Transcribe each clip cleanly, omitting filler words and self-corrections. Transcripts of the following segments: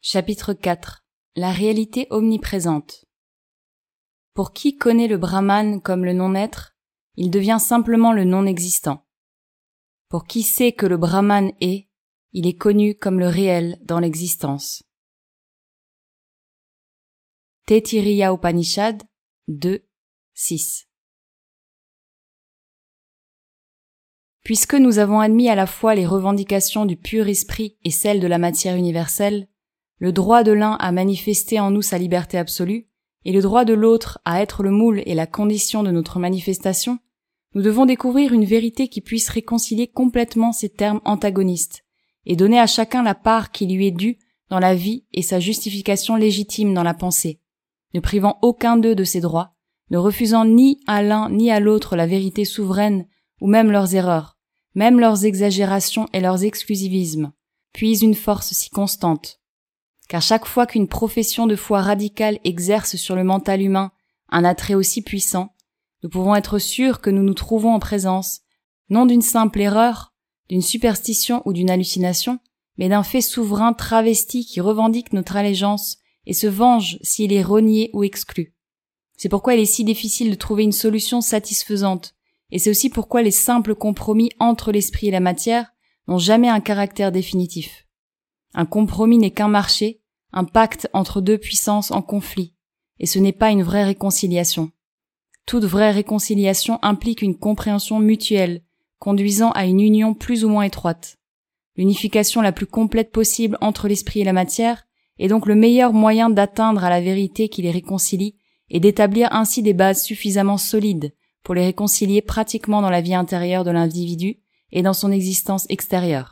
Chapitre 4. La réalité omniprésente. Pour qui connaît le Brahman comme le non-être, il devient simplement le non-existant. Pour qui sait que le Brahman est, il est connu comme le réel dans l'existence. Taittiriya Upanishad 2, 6. Puisque nous avons admis à la fois les revendications du pur esprit et celles de la matière universelle, le droit de l'un à manifester en nous sa liberté absolue, et le droit de l'autre à être le moule et la condition de notre manifestation, nous devons découvrir une vérité qui puisse réconcilier complètement ces termes antagonistes, et donner à chacun la part qui lui est due dans la vie et sa justification légitime dans la pensée, ne privant aucun d'eux de ses droits, ne refusant ni à l'un ni à l'autre la vérité souveraine ou même leurs erreurs, même leurs exagérations et leurs exclusivismes, puis une force si constante. Car chaque fois qu'une profession de foi radicale exerce sur le mental humain un attrait aussi puissant, nous pouvons être sûrs que nous nous trouvons en présence, non d'une simple erreur, d'une superstition ou d'une hallucination, mais d'un fait souverain travesti qui revendique notre allégeance et se venge s'il est renié ou exclu. C'est pourquoi il est si difficile de trouver une solution satisfaisante, et c'est aussi pourquoi les simples compromis entre l'esprit et la matière n'ont jamais un caractère définitif. Un compromis n'est qu'un marché, un pacte entre deux puissances en conflit, et ce n'est pas une vraie réconciliation. Toute vraie réconciliation implique une compréhension mutuelle, conduisant à une union plus ou moins étroite. L'unification la plus complète possible entre l'esprit et la matière est donc le meilleur moyen d'atteindre à la vérité qui les réconcilie et d'établir ainsi des bases suffisamment solides pour les réconcilier pratiquement dans la vie intérieure de l'individu et dans son existence extérieure.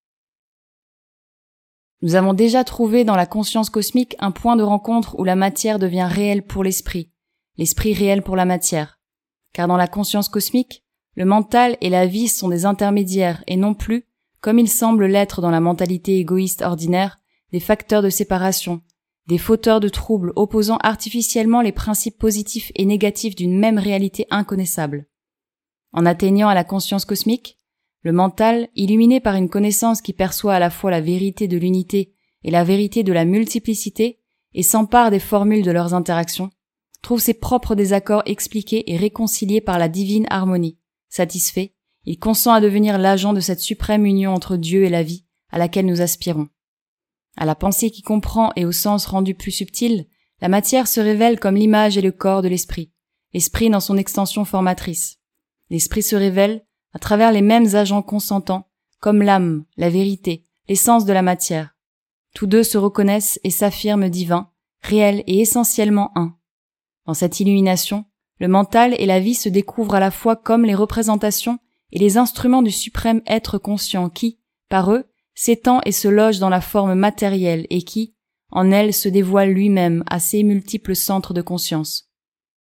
Nous avons déjà trouvé dans la conscience cosmique un point de rencontre où la matière devient réelle pour l'esprit réel pour la matière. Car dans la conscience cosmique, le mental et la vie sont des intermédiaires et non plus, comme il semble l'être dans la mentalité égoïste ordinaire, des facteurs de séparation, des fauteurs de troubles opposant artificiellement les principes positifs et négatifs d'une même réalité inconnaissable. En atteignant à la conscience cosmique, le mental, illuminé par une connaissance qui perçoit à la fois la vérité de l'unité et la vérité de la multiplicité et s'empare des formules de leurs interactions, trouve ses propres désaccords expliqués et réconciliés par la divine harmonie. Satisfait, il consent à devenir l'agent de cette suprême union entre Dieu et la vie à laquelle nous aspirons. À la pensée qui comprend et au sens rendu plus subtil, la matière se révèle comme l'image et le corps de l'esprit dans son extension formatrice. L'esprit se révèle à travers les mêmes agents consentants, comme l'âme, la vérité, l'essence de la matière. Tous deux se reconnaissent et s'affirment divins, réels et essentiellement un. Dans cette illumination, le mental et la vie se découvrent à la fois comme les représentations et les instruments du suprême être conscient qui, par eux, s'étend et se loge dans la forme matérielle et qui, en elle, se dévoile lui-même à ses multiples centres de conscience.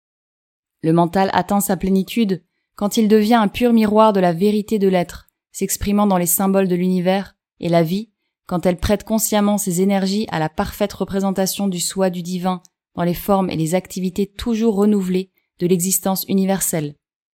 Le mental atteint sa plénitude quand il devient un pur miroir de la vérité de l'être, s'exprimant dans les symboles de l'univers, et la vie, quand elle prête consciemment ses énergies à la parfaite représentation du soi du divin dans les formes et les activités toujours renouvelées de l'existence universelle.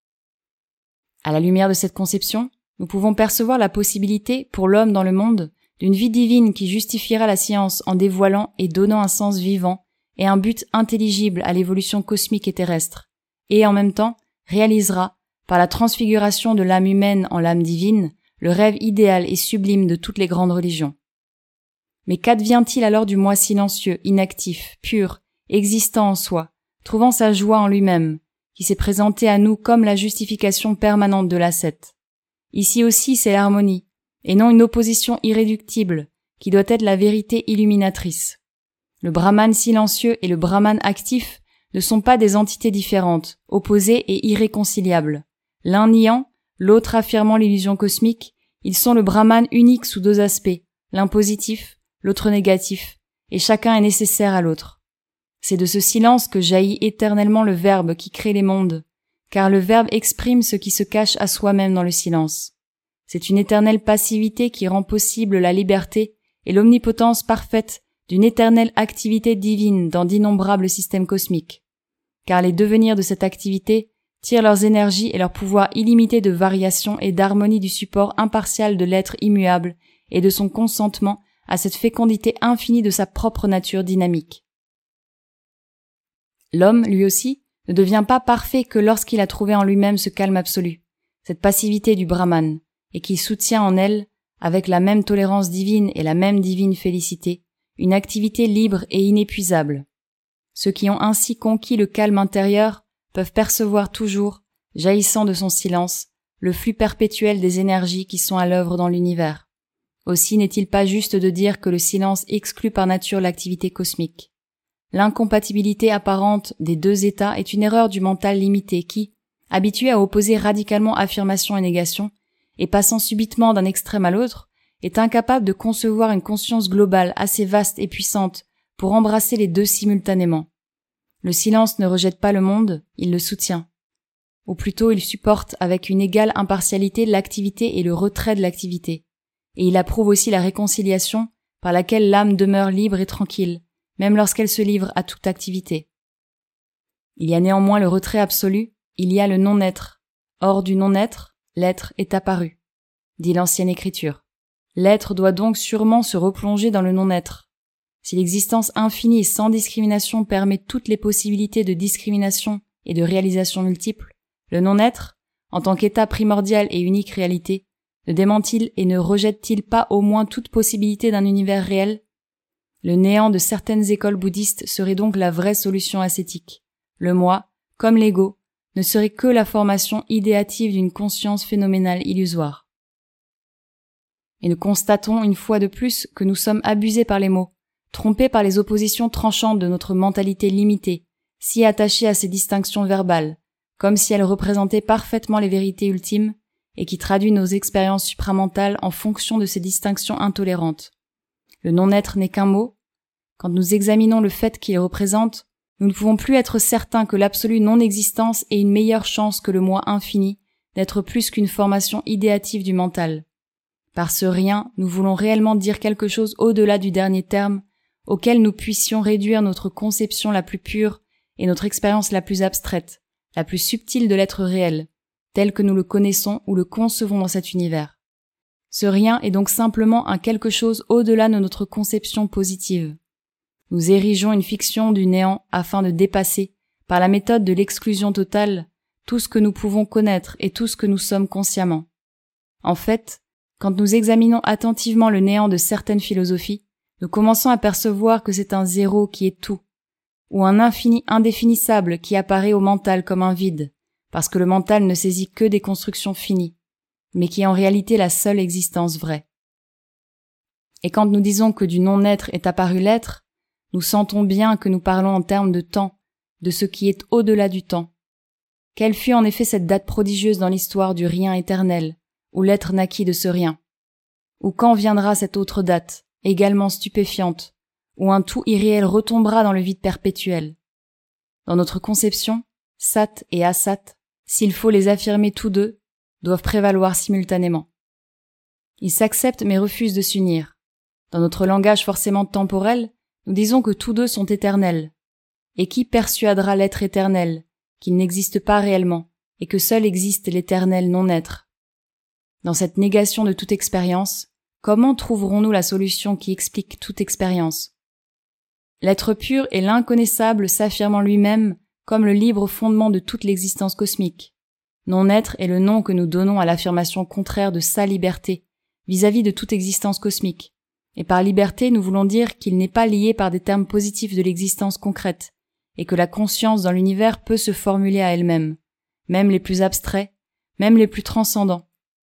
À la lumière de cette conception, nous pouvons percevoir la possibilité, pour l'homme dans le monde, d'une vie divine qui justifiera la science en dévoilant et donnant un sens vivant et un but intelligible à l'évolution cosmique et terrestre, et en même temps réalisera, par la transfiguration de l'âme humaine en l'âme divine, le rêve idéal et sublime de toutes les grandes religions. Mais qu'advient-il alors du moi silencieux, inactif, pur, existant en soi, trouvant sa joie en lui-même, qui s'est présenté à nous comme la justification permanente de l'ascète? Ici aussi c'est l'harmonie, et non une opposition irréductible, qui doit être la vérité illuminatrice. Le Brahman silencieux et le Brahman actif ne sont pas des entités différentes, opposées et irréconciliables. L'un niant, l'autre affirmant l'illusion cosmique, ils sont le Brahman unique sous deux aspects, l'un positif, l'autre négatif, et chacun est nécessaire à l'autre. C'est de ce silence que jaillit éternellement le Verbe qui crée les mondes, car le Verbe exprime ce qui se cache à soi-même dans le silence. C'est une éternelle passivité qui rend possible la liberté et l'omnipotence parfaite d'une éternelle activité divine dans d'innombrables systèmes cosmiques. Car les devenirs de cette activité tirent leurs énergies et leur pouvoir illimité de variation et d'harmonie du support impartial de l'être immuable et de son consentement à cette fécondité infinie de sa propre nature dynamique. L'homme, lui aussi, ne devient pas parfait que lorsqu'il a trouvé en lui-même ce calme absolu, cette passivité du Brahman, et qu'il soutient en elle, avec la même tolérance divine et la même divine félicité, une activité libre et inépuisable. Ceux qui ont ainsi conquis le calme intérieur peuvent percevoir toujours, jaillissant de son silence, le flux perpétuel des énergies qui sont à l'œuvre dans l'univers. Aussi n'est-il pas juste de dire que le silence exclut par nature l'activité cosmique. L'incompatibilité apparente des deux états est une erreur du mental limité qui, habitué à opposer radicalement affirmation et négation, et passant subitement d'un extrême à l'autre, est incapable de concevoir une conscience globale assez vaste et puissante pour embrasser les deux simultanément. Le silence ne rejette pas le monde, il le soutient. Ou plutôt il supporte avec une égale impartialité l'activité et le retrait de l'activité. Et il approuve aussi la réconciliation par laquelle l'âme demeure libre et tranquille, même lorsqu'elle se livre à toute activité. Il y a néanmoins le retrait absolu, il y a le non-être. Hors du non-être, l'être est apparu, dit l'ancienne écriture. L'être doit donc sûrement se replonger dans le non-être. Si l'existence infinie et sans discrimination permet toutes les possibilités de discrimination et de réalisation multiples, le non-être, en tant qu'état primordial et unique réalité, ne dément-il et ne rejette-t-il pas au moins toute possibilité d'un univers réel? Le néant de certaines écoles bouddhistes serait donc la vraie solution ascétique. Le moi, comme l'ego, ne serait que la formation idéative d'une conscience phénoménale illusoire. Et nous constatons une fois de plus que nous sommes abusés par les mots, trompés par les oppositions tranchantes de notre mentalité limitée, si attachée à ces distinctions verbales, comme si elles représentaient parfaitement les vérités ultimes, et qui traduit nos expériences supramentales en fonction de ces distinctions intolérantes. Le non-être n'est qu'un mot. Quand nous examinons le fait qu'il représente, nous ne pouvons plus être certains que l'absolue non-existence ait une meilleure chance que le moi infini d'être plus qu'une formation idéative du mental. Par ce rien, nous voulons réellement dire quelque chose au-delà du dernier terme, auquel nous puissions réduire notre conception la plus pure et notre expérience la plus abstraite, la plus subtile de l'être réel, tel que nous le connaissons ou le concevons dans cet univers. Ce rien est donc simplement un quelque chose au-delà de notre conception positive. Nous érigeons une fiction du néant afin de dépasser, par la méthode de l'exclusion totale, tout ce que nous pouvons connaître et tout ce que nous sommes consciemment. En fait, quand nous examinons attentivement le néant de certaines philosophies, nous commençons à percevoir que c'est un zéro qui est tout, ou un infini indéfinissable qui apparaît au mental comme un vide, parce que le mental ne saisit que des constructions finies, mais qui est en réalité la seule existence vraie. Et quand nous disons que du non-être est apparu l'être, nous sentons bien que nous parlons en termes de temps, de ce qui est au-delà du temps. Quelle fut en effet cette date prodigieuse dans l'histoire du rien éternel, où l'être naquit de ce rien? Ou quand viendra cette autre date, également stupéfiante, où un tout irréel retombera dans le vide perpétuel? Dans notre conception, Sat et Asat, s'il faut les affirmer tous deux, doivent prévaloir simultanément. Ils s'acceptent mais refusent de s'unir. Dans notre langage forcément temporel, nous disons que tous deux sont éternels. Et qui persuadera l'être éternel, qu'il n'existe pas réellement, et que seul existe l'éternel non-être? Dans cette négation de toute expérience, comment trouverons-nous la solution qui explique toute expérience? L'être pur et l'inconnaissable s'affirmant lui-même comme le libre fondement de toute l'existence cosmique. Non-être est le nom que nous donnons à l'affirmation contraire de sa liberté, vis-à-vis de toute existence cosmique. Et par liberté, nous voulons dire qu'il n'est pas lié par des termes positifs de l'existence concrète, et que la conscience dans l'univers peut se formuler à elle-même, même les plus abstraits, même les plus transcendants.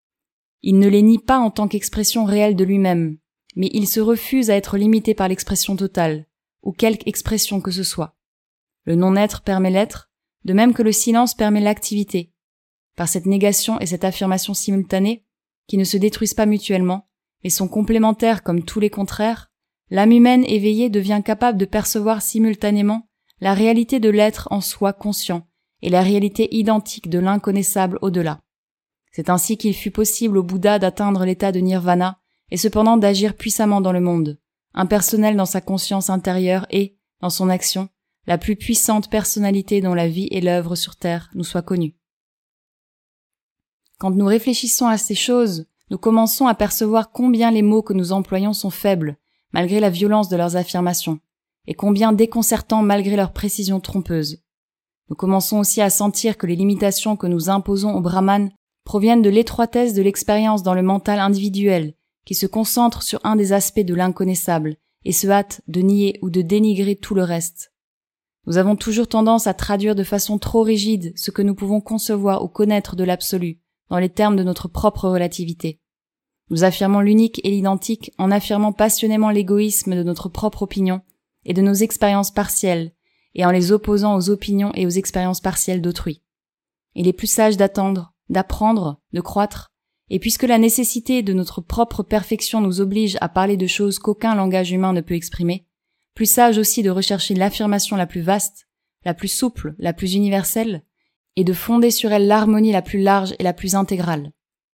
Il ne les nie pas en tant qu'expression réelle de lui-même, mais il se refuse à être limité par l'expression totale, ou quelque expression que ce soit. Le non-être permet l'être, de même que le silence permet l'activité. Par cette négation et cette affirmation simultanée, qui ne se détruisent pas mutuellement, mais sont complémentaires comme tous les contraires, l'âme humaine éveillée devient capable de percevoir simultanément la réalité de l'être en soi conscient et la réalité identique de l'inconnaissable au-delà. C'est ainsi qu'il fut possible au Bouddha d'atteindre l'état de nirvana et cependant d'agir puissamment dans le monde, impersonnel dans sa conscience intérieure et, dans son action, la plus puissante personnalité dont la vie et l'œuvre sur terre nous soient connues. Quand nous réfléchissons à ces choses, nous commençons à percevoir combien les mots que nous employons sont faibles malgré la violence de leurs affirmations, et combien déconcertants malgré leur précision trompeuse. Nous commençons aussi à sentir que les limitations que nous imposons au Brahman proviennent de l'étroitesse de l'expérience dans le mental individuel, qui se concentre sur un des aspects de l'inconnaissable et se hâte de nier ou de dénigrer tout le reste. Nous avons toujours tendance à traduire de façon trop rigide ce que nous pouvons concevoir ou connaître de l'absolu dans les termes de notre propre relativité. Nous affirmons l'unique et l'identique en affirmant passionnément l'égoïsme de notre propre opinion et de nos expériences partielles, et en les opposant aux opinions et aux expériences partielles d'autrui. Il est plus sage d'attendre, d'apprendre, de croître, et puisque la nécessité de notre propre perfection nous oblige à parler de choses qu'aucun langage humain ne peut exprimer, plus sage aussi de rechercher l'affirmation la plus vaste, la plus souple, la plus universelle, et de fonder sur elle l'harmonie la plus large et la plus intégrale.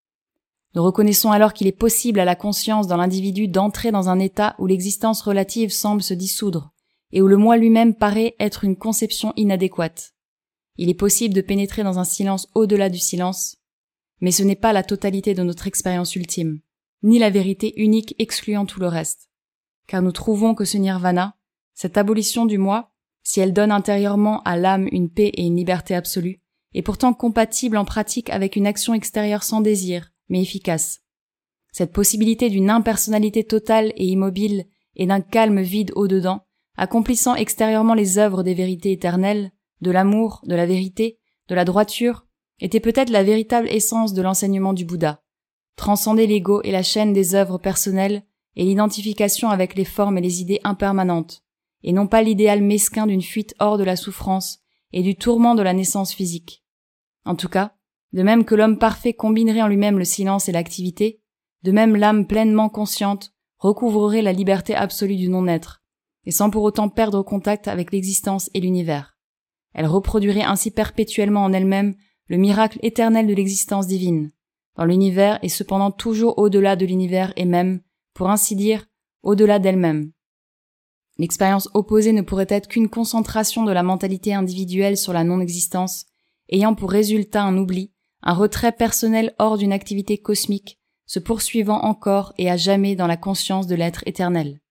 Nous reconnaissons alors qu'il est possible à la conscience dans l'individu d'entrer dans un état où l'existence relative semble se dissoudre, et où le moi lui-même paraît être une conception inadéquate. Il est possible de pénétrer dans un silence au-delà du silence, mais ce n'est pas la totalité de notre expérience ultime, ni la vérité unique excluant tout le reste. Car nous trouvons que ce nirvana, cette abolition du moi, si elle donne intérieurement à l'âme une paix et une liberté absolue, est pourtant compatible en pratique avec une action extérieure sans désir, mais efficace. Cette possibilité d'une impersonnalité totale et immobile et d'un calme vide au-dedans, accomplissant extérieurement les œuvres des vérités éternelles, de l'amour, de la vérité, de la droiture, était peut-être la véritable essence de l'enseignement du Bouddha. Transcender l'ego et la chaîne des œuvres personnelles et l'identification avec les formes et les idées impermanentes, et non pas l'idéal mesquin d'une fuite hors de la souffrance et du tourment de la naissance physique. En tout cas, de même que l'homme parfait combinerait en lui-même le silence et l'activité, de même l'âme pleinement consciente recouvrerait la liberté absolue du non-être, et sans pour autant perdre contact avec l'existence et l'univers. Elle reproduirait ainsi perpétuellement en elle-même le miracle éternel de l'existence divine, dans l'univers et cependant toujours au-delà de l'univers et même, pour ainsi dire, au-delà d'elle-même. L'expérience opposée ne pourrait être qu'une concentration de la mentalité individuelle sur la non-existence, ayant pour résultat un oubli, un retrait personnel hors d'une activité cosmique, se poursuivant encore et à jamais dans la conscience de l'être éternel.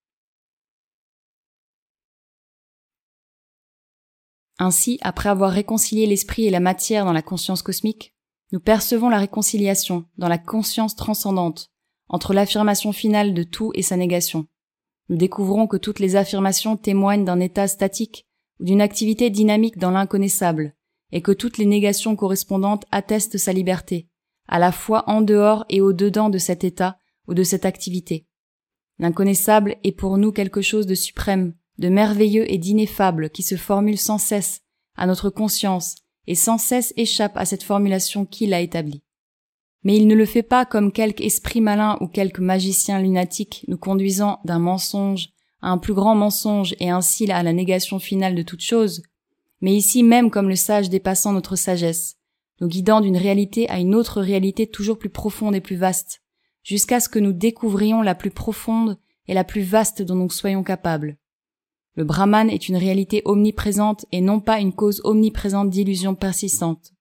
Ainsi, après avoir réconcilié l'esprit et la matière dans la conscience cosmique, nous percevons la réconciliation dans la conscience transcendante, entre l'affirmation finale de tout et sa négation. Nous découvrons que toutes les affirmations témoignent d'un état statique ou d'une activité dynamique dans l'inconnaissable, et que toutes les négations correspondantes attestent sa liberté, à la fois en dehors et au-dedans de cet état ou de cette activité. L'inconnaissable est pour nous quelque chose de suprême, de merveilleux et d'ineffable qui se formule sans cesse à notre conscience et sans cesse échappe à cette formulation qui l'a établie. Mais il ne le fait pas comme quelque esprit malin ou quelque magicien lunatique nous conduisant d'un mensonge à un plus grand mensonge et ainsi à la négation finale de toute chose, mais ici même comme le sage dépassant notre sagesse, nous guidant d'une réalité à une autre réalité toujours plus profonde et plus vaste, jusqu'à ce que nous découvrions la plus profonde et la plus vaste dont nous soyons capables. Le Brahman est une réalité omniprésente et non pas une cause omniprésente d'illusions persistantes.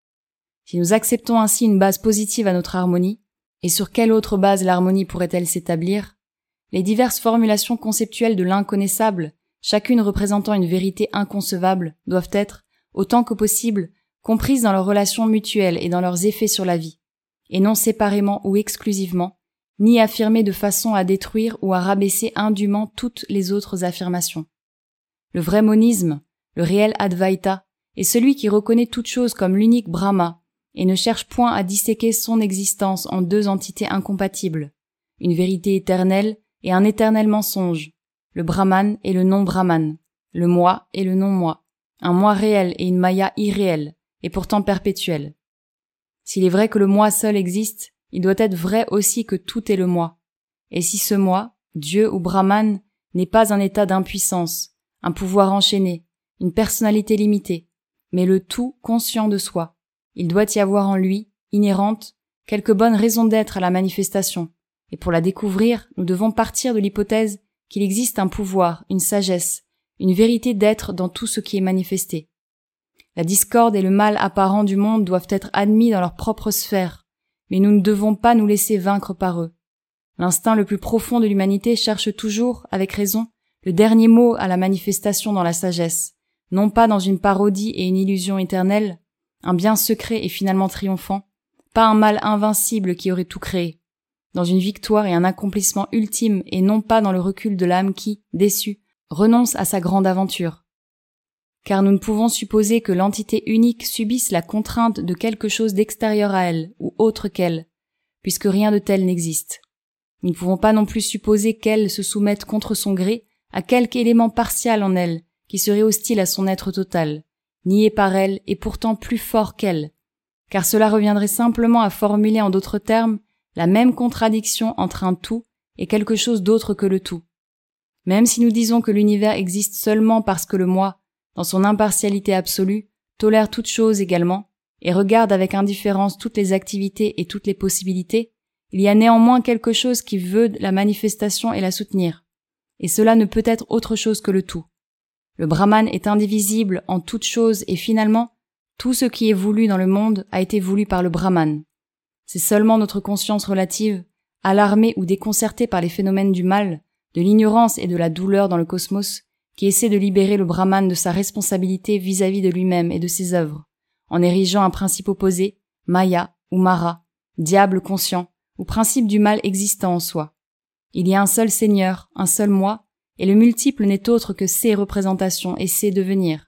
Si nous acceptons ainsi une base positive à notre harmonie, et sur quelle autre base l'harmonie pourrait-elle s'établir, les diverses formulations conceptuelles de l'inconnaissable, chacune représentant une vérité inconcevable, doivent être, autant que possible, comprises dans leurs relations mutuelles et dans leurs effets sur la vie, et non séparément ou exclusivement, ni affirmées de façon à détruire ou à rabaisser indûment toutes les autres affirmations. Le vrai monisme, le réel Advaita, est celui qui reconnaît toute chose comme l'unique Brahma et ne cherche point à disséquer son existence en deux entités incompatibles, une vérité éternelle et un éternel mensonge, le Brahman et le non-Brahman, le moi et le non-moi, un moi réel et une maya irréelle, et pourtant perpétuelle. S'il est vrai que le moi seul existe, il doit être vrai aussi que tout est le moi. Et si ce moi, Dieu ou Brahman, n'est pas un état d'impuissance, un pouvoir enchaîné, une personnalité limitée, mais le tout conscient de soi, il doit y avoir en lui, inhérente, quelque bonne raison d'être à la manifestation, et pour la découvrir, nous devons partir de l'hypothèse qu'il existe un pouvoir, une sagesse, une vérité d'être dans tout ce qui est manifesté. La discorde et le mal apparent du monde doivent être admis dans leur propre sphère, mais nous ne devons pas nous laisser vaincre par eux. L'instinct le plus profond de l'humanité cherche toujours, avec raison, le dernier mot à la manifestation dans la sagesse, non pas dans une parodie et une illusion éternelle, un bien secret et finalement triomphant, pas un mal invincible qui aurait tout créé, dans une victoire et un accomplissement ultime et non pas dans le recul de l'âme qui, déçue, renonce à sa grande aventure. Car nous ne pouvons supposer que l'entité unique subisse la contrainte de quelque chose d'extérieur à elle ou autre qu'elle, puisque rien de tel n'existe. Nous ne pouvons pas non plus supposer qu'elle se soumette contre son gré à quelque élément partial en elle qui serait hostile à son être total, nié par elle et pourtant plus fort qu'elle, car cela reviendrait simplement à formuler en d'autres termes la même contradiction entre un tout et quelque chose d'autre que le tout. Même si nous disons que l'univers existe seulement parce que le moi, dans son impartialité absolue, tolère toute chose également, et regarde avec indifférence toutes les activités et toutes les possibilités, il y a néanmoins quelque chose qui veut la manifestation et la soutenir. Et cela ne peut être autre chose que le tout. Le Brahman est indivisible en toute chose et finalement, tout ce qui est voulu dans le monde a été voulu par le Brahman. C'est seulement notre conscience relative, alarmée ou déconcertée par les phénomènes du mal, de l'ignorance et de la douleur dans le cosmos, qui essaie de libérer le Brahman de sa responsabilité vis-à-vis de lui-même et de ses œuvres, en érigeant un principe opposé, Maya ou Mara, diable conscient, ou principe du mal existant en soi. Il y a un seul Seigneur, un seul moi, et le multiple n'est autre que ses représentations et ses devenirs.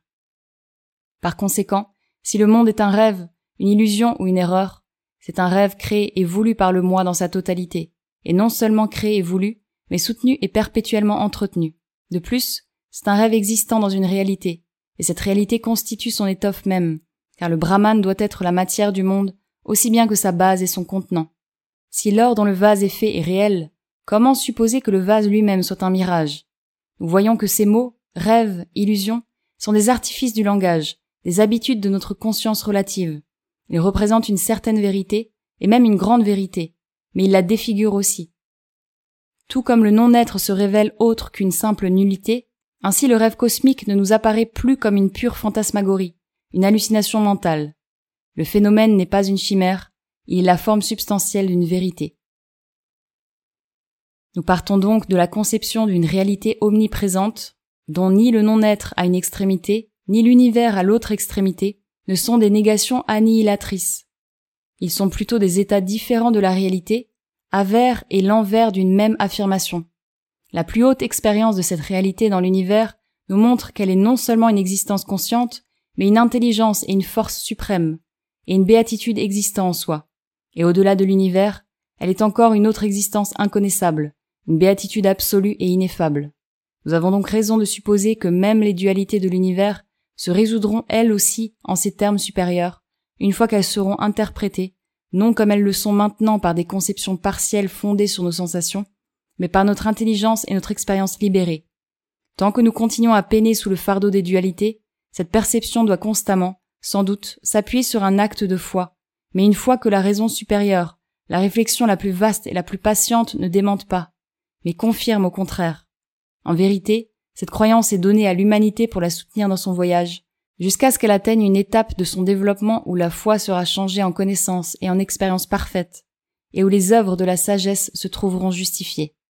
Par conséquent, si le monde est un rêve, une illusion ou une erreur, c'est un rêve créé et voulu par le moi dans sa totalité, et non seulement créé et voulu, mais soutenu et perpétuellement entretenu. De plus, c'est un rêve existant dans une réalité, et cette réalité constitue son étoffe même, car le Brahman doit être la matière du monde aussi bien que sa base et son contenant. Si l'or dont le vase est fait est réel, comment supposer que le vase lui-même soit un mirage? Nous voyons que ces mots, rêve, illusion, sont des artifices du langage, des habitudes de notre conscience relative. Ils représentent une certaine vérité, et même une grande vérité, mais ils la défigurent aussi. Tout comme le non-être se révèle autre qu'une simple nullité, ainsi le rêve cosmique ne nous apparaît plus comme une pure fantasmagorie, une hallucination mentale. Le phénomène n'est pas une chimère, il est la forme substantielle d'une vérité. Nous partons donc de la conception d'une réalité omniprésente, dont ni le non-être à une extrémité, ni l'univers à l'autre extrémité, ne sont des négations annihilatrices. Ils sont plutôt des états différents de la réalité, avers et l'envers d'une même affirmation. La plus haute expérience de cette réalité dans l'univers nous montre qu'elle est non seulement une existence consciente, mais une intelligence et une force suprême, et une béatitude existant en soi. Et au-delà de l'univers, elle est encore une autre existence inconnaissable, une béatitude absolue et ineffable. Nous avons donc raison de supposer que même les dualités de l'univers se résoudront elles aussi en ces termes supérieurs, une fois qu'elles seront interprétées, non comme elles le sont maintenant par des conceptions partielles fondées sur nos sensations, mais par notre intelligence et notre expérience libérée. Tant que nous continuons à peiner sous le fardeau des dualités, cette perception doit constamment, sans doute, s'appuyer sur un acte de foi, mais une foi que la raison supérieure, la réflexion la plus vaste et la plus patiente ne démente pas, mais confirme au contraire. En vérité, cette croyance est donnée à l'humanité pour la soutenir dans son voyage, jusqu'à ce qu'elle atteigne une étape de son développement où la foi sera changée en connaissance et en expérience parfaite, et où les œuvres de la sagesse se trouveront justifiées.